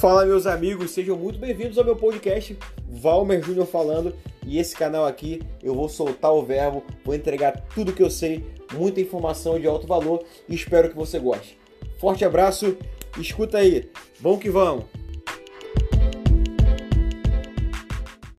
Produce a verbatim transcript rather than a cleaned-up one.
Fala, meus amigos, sejam muito bem-vindos ao meu podcast Valmer Júnior falando. E esse canal aqui eu vou soltar o verbo, vou entregar tudo que eu sei, muita informação de alto valor e espero que você goste. Forte abraço, escuta aí, vamos que vamos!